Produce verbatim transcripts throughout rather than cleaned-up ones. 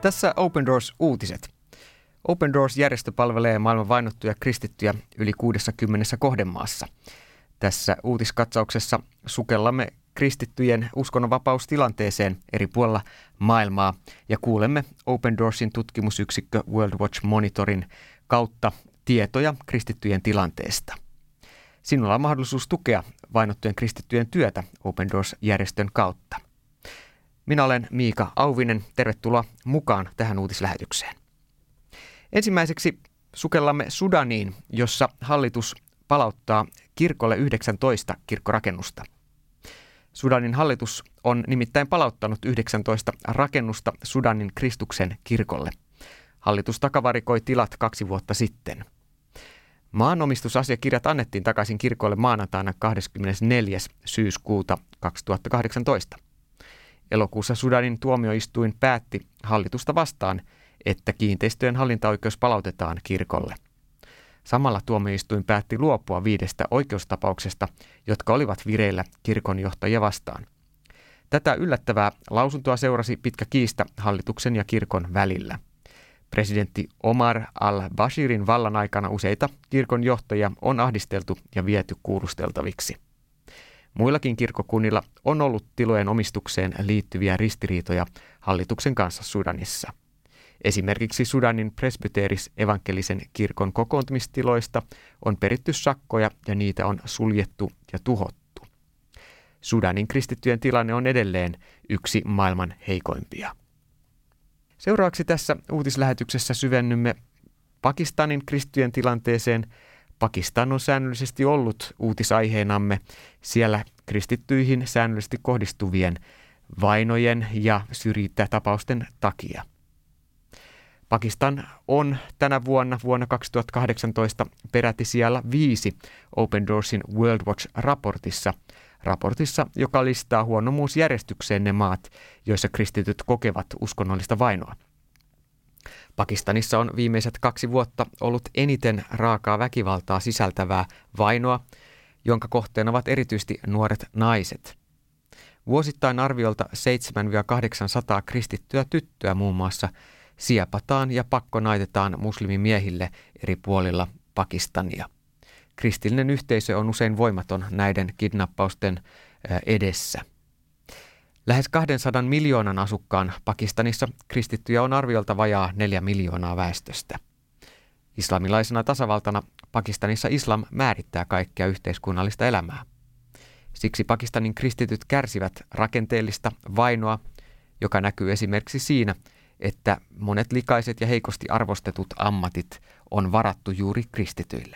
Tässä Open Doors-uutiset. Open Doors-järjestö palvelee maailman vainottuja kristittyjä yli kuudessakymmenessä kohdemaassa. Tässä uutiskatsauksessa sukellamme kristittyjen uskonnonvapaustilanteeseen eri puolilla maailmaa ja kuulemme Open Doorsin tutkimusyksikkö World Watch Monitorin kautta tietoja kristittyjen tilanteesta. Sinulla on mahdollisuus tukea vainottujen kristittyjen työtä Open Doors-järjestön kautta. Minä olen Miika Auvinen. Tervetuloa mukaan tähän uutislähetykseen. Ensimmäiseksi sukellamme Sudaniin, jossa hallitus palauttaa kirkolle yhdeksäntoista kirkkorakennusta. Sudanin hallitus on nimittäin palauttanut yhdeksäntoista rakennusta Sudanin Kristuksen kirkolle. Hallitus takavarikoi tilat kaksi vuotta sitten. Maanomistusasiakirjat annettiin takaisin kirkolle maanantaina kahdeskymmenesneljäs syyskuuta kaksituhattakahdeksantoista. Elokuussa Sudanin tuomioistuin päätti hallitusta vastaan, että kiinteistöjen hallintaoikeus palautetaan kirkolle. Samalla tuomioistuin päätti luopua viidestä oikeustapauksesta, jotka olivat vireillä kirkonjohtajia vastaan. Tätä yllättävää lausuntoa seurasi pitkä kiista hallituksen ja kirkon välillä. Presidentti Omar al-Bashirin vallan aikana useita kirkonjohtajia on ahdisteltu ja viety kuulusteltaviksi. Muillakin kirkkokunnilla on ollut tilojen omistukseen liittyviä ristiriitoja hallituksen kanssa Sudanissa. Esimerkiksi Sudanin presbyteeris-evankelisen kirkon kokoontumistiloista on peritty sakkoja ja niitä on suljettu ja tuhottu. Sudanin kristittyjen tilanne on edelleen yksi maailman heikoimpia. Seuraavaksi tässä uutislähetyksessä syvennymme Pakistanin kristittyjen tilanteeseen. Pakistan on säännöllisesti ollut uutisaiheenamme siellä kristittyihin säännöllisesti kohdistuvien vainojen ja syrjintätapausten takia. Pakistan on tänä vuonna, vuonna kaksituhattakahdeksantoista, peräti siellä viisi Open Doorsin World Watch-raportissa, raportissa, joka listaa huonomuusjärjestykseen ne maat, joissa kristityt kokevat uskonnollista vainoa. Pakistanissa on viimeiset kaksi vuotta ollut eniten raakaa väkivaltaa sisältävää vainoa, jonka kohteena ovat erityisesti nuoret naiset. Vuosittain arviolta seitsemästä kahdeksaansataan kristittyä tyttöä muun muassa siepataan ja pakkonaitetaan muslimimiehille eri puolilla Pakistania. Kristillinen yhteisö on usein voimaton näiden kidnappausten edessä. Lähes kahdensadan miljoonan asukkaan Pakistanissa kristittyjä on arviolta vajaa neljä miljoonaa väestöstä. Islamilaisena tasavaltana Pakistanissa islam määrittää kaikkea yhteiskunnallista elämää. Siksi Pakistanin kristityt kärsivät rakenteellista vainoa, joka näkyy esimerkiksi siinä, että monet likaiset ja heikosti arvostetut ammatit on varattu juuri kristityille.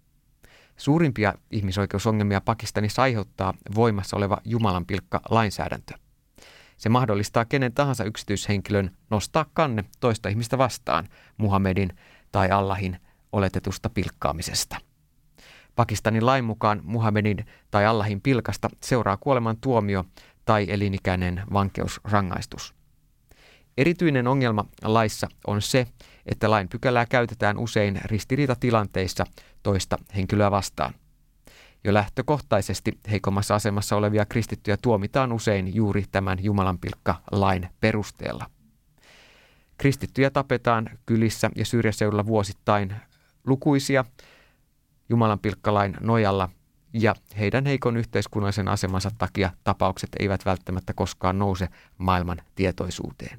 Suurimpia ihmisoikeusongelmia Pakistanissa aiheuttaa voimassa oleva jumalanpilkka lainsäädäntö. Se mahdollistaa kenen tahansa yksityishenkilön nostaa kanne toista ihmistä vastaan Muhammedin tai Allahin oletetusta pilkkaamisesta. Pakistanin lain mukaan Muhammedin tai Allahin pilkasta seuraa kuoleman tuomio tai elinikäinen vankeusrangaistus. Erityinen ongelma laissa on se, että lain pykälää käytetään usein ristiriitatilanteissa toista henkilöä vastaan. Jo lähtökohtaisesti heikommassa asemassa olevia kristittyjä tuomitaan usein juuri tämän jumalanpilkka-lain perusteella. Kristittyjä tapetaan kylissä ja syrjäseudulla vuosittain lukuisia jumalanpilkkalain nojalla, ja heidän heikon yhteiskunnallisen asemansa takia tapaukset eivät välttämättä koskaan nouse maailman tietoisuuteen.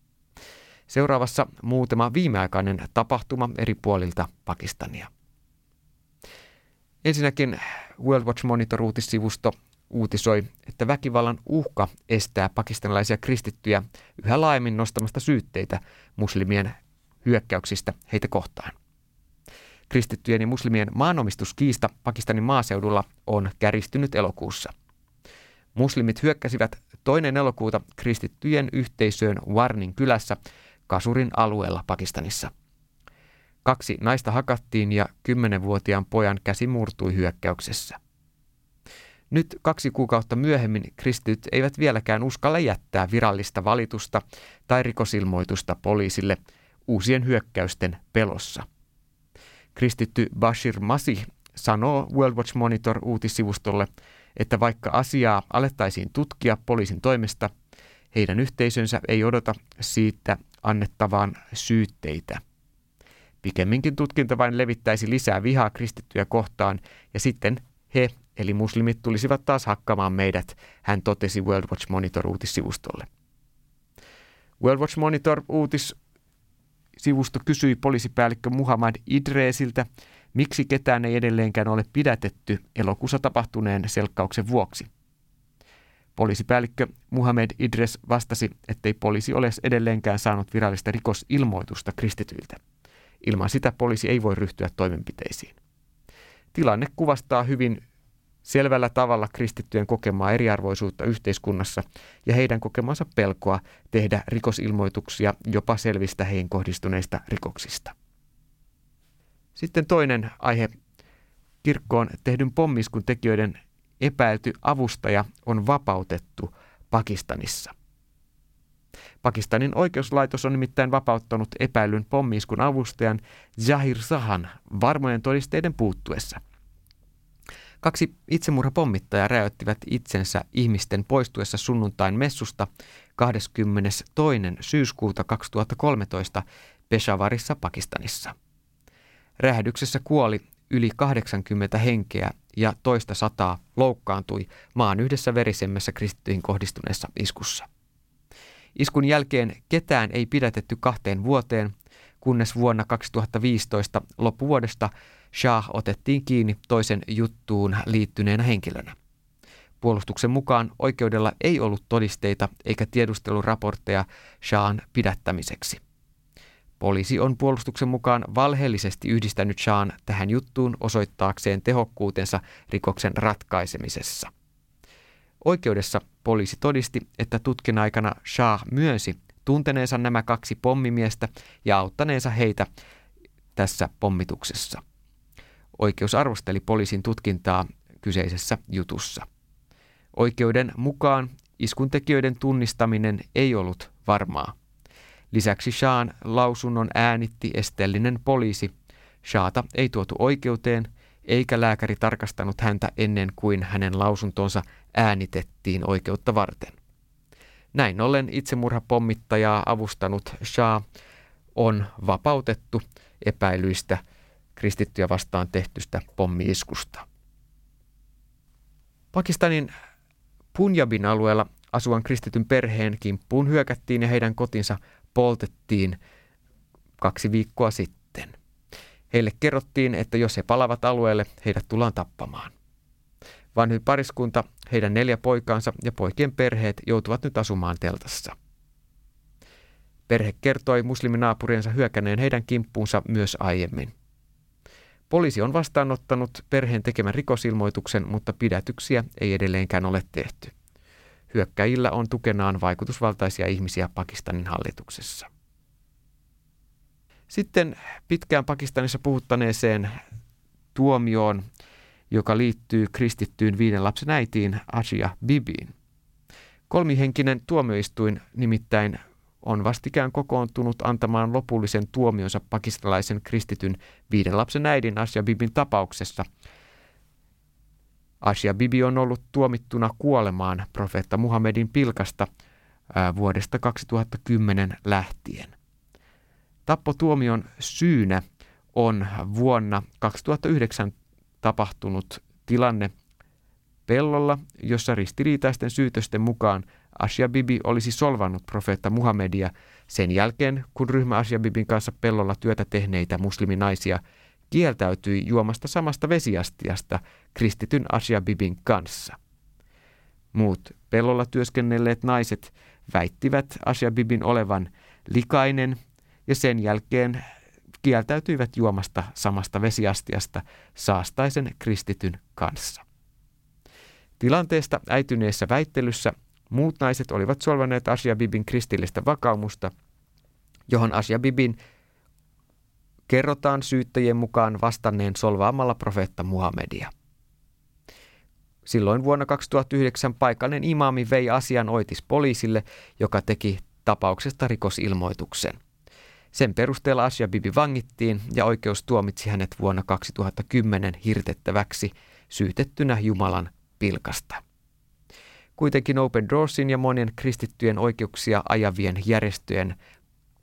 Seuraavassa muutama viimeaikainen tapahtuma eri puolilta Pakistania. Ensinnäkin World Watch Monitor-uutissivusto uutisoi, että väkivallan uhka estää pakistanilaisia kristittyjä yhä laajemmin nostamasta syytteitä muslimien hyökkäyksistä heitä kohtaan. Kristittyjen ja muslimien maanomistuskiista Pakistanin maaseudulla on kärjistynyt elokuussa. Muslimit hyökkäsivät toinen elokuuta kristittyjen yhteisöön Warnin kylässä Kasurin alueella Pakistanissa. Kaksi naista hakattiin ja kymmenvuotiaan pojan käsi murtui hyökkäyksessä. Nyt kaksi kuukautta myöhemmin kristityt eivät vieläkään uskalla jättää virallista valitusta tai rikosilmoitusta poliisille uusien hyökkäysten pelossa. Kristitty Bashir Masih sanoo World Watch Monitor -uutissivustolle, että vaikka asiaa alettaisiin tutkia poliisin toimesta, heidän yhteisönsä ei odota siitä annettavaan syytteitä. Pikemminkin tutkinta vain levittäisi lisää vihaa kristittyjä kohtaan ja sitten he, eli muslimit, tulisivat taas hakkaamaan meidät, hän totesi World Watch Monitor -uutissivustolle. World Watch Monitor -uutissivusto kysyi poliisipäällikkö Muhammad Idresiltä, miksi ketään ei edelleenkään ole pidätetty elokuussa tapahtuneen selkkauksen vuoksi. Poliisipäällikkö Muhammad Idres vastasi, ettei poliisi ole edelleenkään saanut virallista rikosilmoitusta kristityiltä. Ilman sitä poliisi ei voi ryhtyä toimenpiteisiin. Tilanne kuvastaa hyvin selvällä tavalla kristittyjen kokemaa eriarvoisuutta yhteiskunnassa ja heidän kokemansa pelkoa tehdä rikosilmoituksia jopa selvistä heihin kohdistuneista rikoksista. Sitten toinen aihe. Kirkkoon tehdyn pommiskun tekijöiden epäilty avustaja on vapautettu Pakistanissa. Pakistanin oikeuslaitos on nimittäin vapauttanut epäilyn pommiiskun avustajan Zahir Shahan varmojen todisteiden puuttuessa. Kaksi itsemurhapommittajaa räjäyttivät itsensä ihmisten poistuessa sunnuntain messusta kahdeskymmenestoinen syyskuuta kaksituhattakolmetoista Peshawarissa Pakistanissa. Räjähdyksessä kuoli yli kahdeksankymmentä henkeä ja toista sataa loukkaantui maan yhdessä verisemmässä kristittyihin kohdistuneessa iskussa. Iskun jälkeen ketään ei pidätetty kahteen vuoteen, kunnes vuonna kaksituhattaviisitoista loppuvuodesta Shah otettiin kiinni toisen juttuun liittyneenä henkilönä. Puolustuksen mukaan oikeudella ei ollut todisteita eikä tiedusteluraportteja Shahan pidättämiseksi. Poliisi on puolustuksen mukaan valheellisesti yhdistänyt Shahan tähän juttuun osoittaakseen tehokkuutensa rikoksen ratkaisemisessa. Oikeudessa poliisi todisti, että tutkinnan aikana Shah myönsi tunteneensa nämä kaksi pommimiestä ja auttaneensa heitä tässä pommituksessa. Oikeus arvosteli poliisin tutkintaa kyseisessä jutussa. Oikeuden mukaan iskuntekijöiden tunnistaminen ei ollut varmaa. Lisäksi Shahan lausunnon äänitti esteellinen poliisi. Shahta ei tuotu oikeuteen, eikä lääkäri tarkastanut häntä ennen kuin hänen lausuntonsa äänitettiin oikeutta varten. Näin ollen itsemurhapommittajaa avustanut Shah on vapautettu epäilyistä kristittyjä vastaan tehtystä pommi-iskusta. Pakistanin Punjabin alueella asuvan kristityn perheen kimppuun hyökättiin ja heidän kotinsa poltettiin kaksi viikkoa sitten. Heille kerrottiin, että jos he palavat alueelle, heidät tullaan tappamaan. Vanhin pariskunta, heidän neljä poikaansa ja poikien perheet joutuvat nyt asumaan teltassa. Perhe kertoi musliminaapuriensa hyökäneen heidän kimppuunsa myös aiemmin. Poliisi on vastaanottanut perheen tekemän rikosilmoituksen, mutta pidätyksiä ei edelleenkään ole tehty. Hyökkäjillä on tukenaan vaikutusvaltaisia ihmisiä Pakistanin hallituksessa. Sitten pitkään Pakistanissa puhuttaneeseen tuomioon, joka liittyy kristittyyn viiden lapsen äitiin Asia Bibiin. Kolmihenkinen tuomioistuin nimittäin on vastikään kokoontunut antamaan lopullisen tuomionsa pakistanilaisen kristityn viiden lapsen äidin Asia Bibin tapauksessa. Asia Bibi on ollut tuomittuna kuolemaan profeetta Muhammedin pilkasta ää, vuodesta kaksituhattakymmenen lähtien. Tappotuomion syynä on vuonna kaksituhattayhdeksän tapahtunut tilanne pellolla, jossa ristiriitaisten syytösten mukaan Asia Bibi olisi solvannut profeetta Muhammedia sen jälkeen, kun ryhmä Asia Bibin kanssa pellolla työtä tehneitä musliminaisia kieltäytyi juomasta samasta vesiastiasta kristityn Asia Bibin kanssa. Muut pellolla työskennelleet naiset väittivät Asia Bibin olevan likainen ja sen jälkeen kieltäytyivät juomasta samasta vesiastiasta saastaisen kristityn kanssa. Tilanteesta äityneessä väittelyssä muut naiset olivat solvanneet Asia Bibin kristillistä vakaumusta, johon Asia Bibin kerrotaan syyttäjien mukaan vastanneen solvaamalla profeetta Muhammedia. Silloin vuonna kaksituhattayhdeksän paikallinen imaami vei asian oitis poliisille, joka teki tapauksesta rikosilmoituksen. Sen perusteella Asia Bibi vangittiin ja oikeus tuomitsi hänet vuonna kaksituhattakymmenen hirtettäväksi syytettynä Jumalan pilkasta. Kuitenkin Open Doorsin ja monien kristittyjen oikeuksia ajavien järjestöjen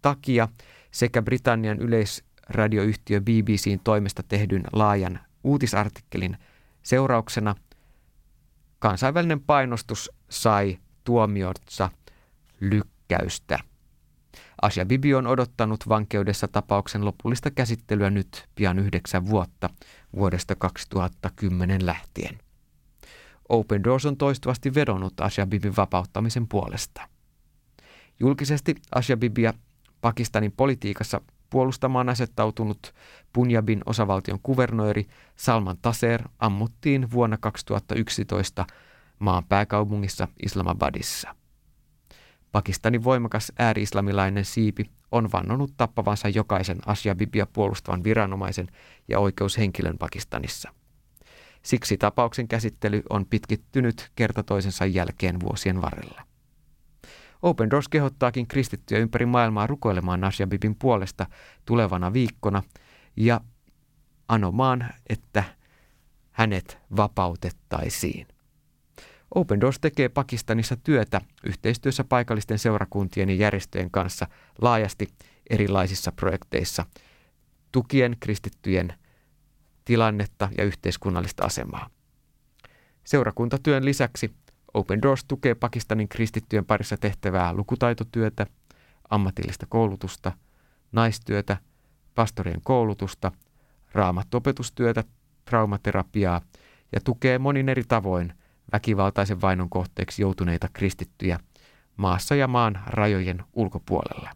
takia sekä Britannian yleisradioyhtiö B B C:n toimesta tehdyn laajan uutisartikkelin seurauksena kansainvälinen painostus sai tuomionsa lykkäystä. Asia Bibi on odottanut vankeudessa tapauksen lopullista käsittelyä nyt pian yhdeksän vuotta vuodesta kaksituhattakymmenen lähtien. Open Doors on toistuvasti vedonnut Asia Bibin vapauttamisen puolesta. Julkisesti Asia Bibia Pakistanin politiikassa puolustamaan asettautunut Punjabin osavaltion kuvernööri Salman Taseer ammuttiin vuonna kaksituhattayksitoista maan pääkaupungissa Islamabadissa. Pakistanin voimakas ääri-islamilainen siipi on vannonut tappavansa jokaisen Asia Bibia puolustavan viranomaisen ja oikeushenkilön Pakistanissa. Siksi tapauksen käsittely on pitkittynyt kerta toisensa jälkeen vuosien varrella. Open Doors kehottaakin kristittyjä ympäri maailmaa rukoilemaan Asia Bibin puolesta tulevana viikkona ja anomaan, että hänet vapautettaisiin. Open Doors tekee Pakistanissa työtä yhteistyössä paikallisten seurakuntien ja järjestöjen kanssa laajasti erilaisissa projekteissa, tukien kristittyjen tilannetta ja yhteiskunnallista asemaa. Seurakuntatyön lisäksi Open Doors tukee Pakistanin kristittyjen parissa tehtävää lukutaitotyötä, ammatillista koulutusta, naistyötä, pastorien koulutusta, raamattuopetustyötä, traumaterapiaa ja tukee monin eri tavoin väkivaltaisen vainon kohteeksi joutuneita kristittyjä maassa ja maan rajojen ulkopuolella.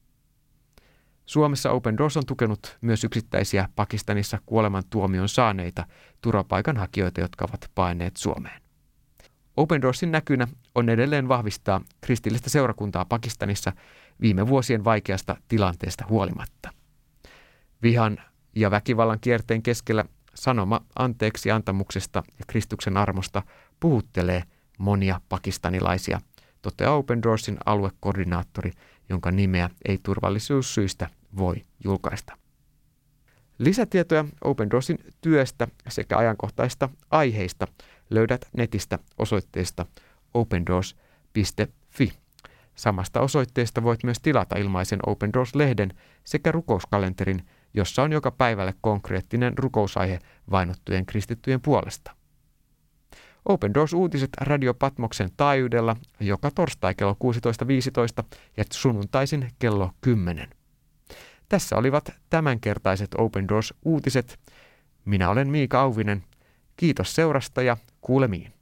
Suomessa Open Doors on tukenut myös yksittäisiä Pakistanissa kuolemantuomion saaneita turvapaikanhakijoita, jotka ovat paenneet Suomeen. Open Doorsin näkynä on edelleen vahvistaa kristillistä seurakuntaa Pakistanissa viime vuosien vaikeasta tilanteesta huolimatta. Vihan ja väkivallan kierteen keskellä sanoma anteeksi antamuksesta ja Kristuksen armosta puhuttelee monia pakistanilaisia, toteaa Open Doorsin aluekoordinaattori, jonka nimeä ei turvallisuussyistä voi julkaista. Lisätietoja Open Doorsin työstä sekä ajankohtaista aiheista löydät netistä osoitteesta open doors piste f i. Samasta osoitteesta voit myös tilata ilmaisen Open Doors-lehden sekä rukouskalenterin, jossa on joka päivälle konkreettinen rukousaihe vainottujen kristittyjen puolesta. Open Doors-uutiset Radio Patmoksen taajuudella joka torstai kello kuusitoista viisitoista ja sunnuntaisin kello kymmenen. Tässä olivat tämänkertaiset Open Doors-uutiset. Minä olen Miika Auvinen. Kiitos seurasta ja kuulemiin.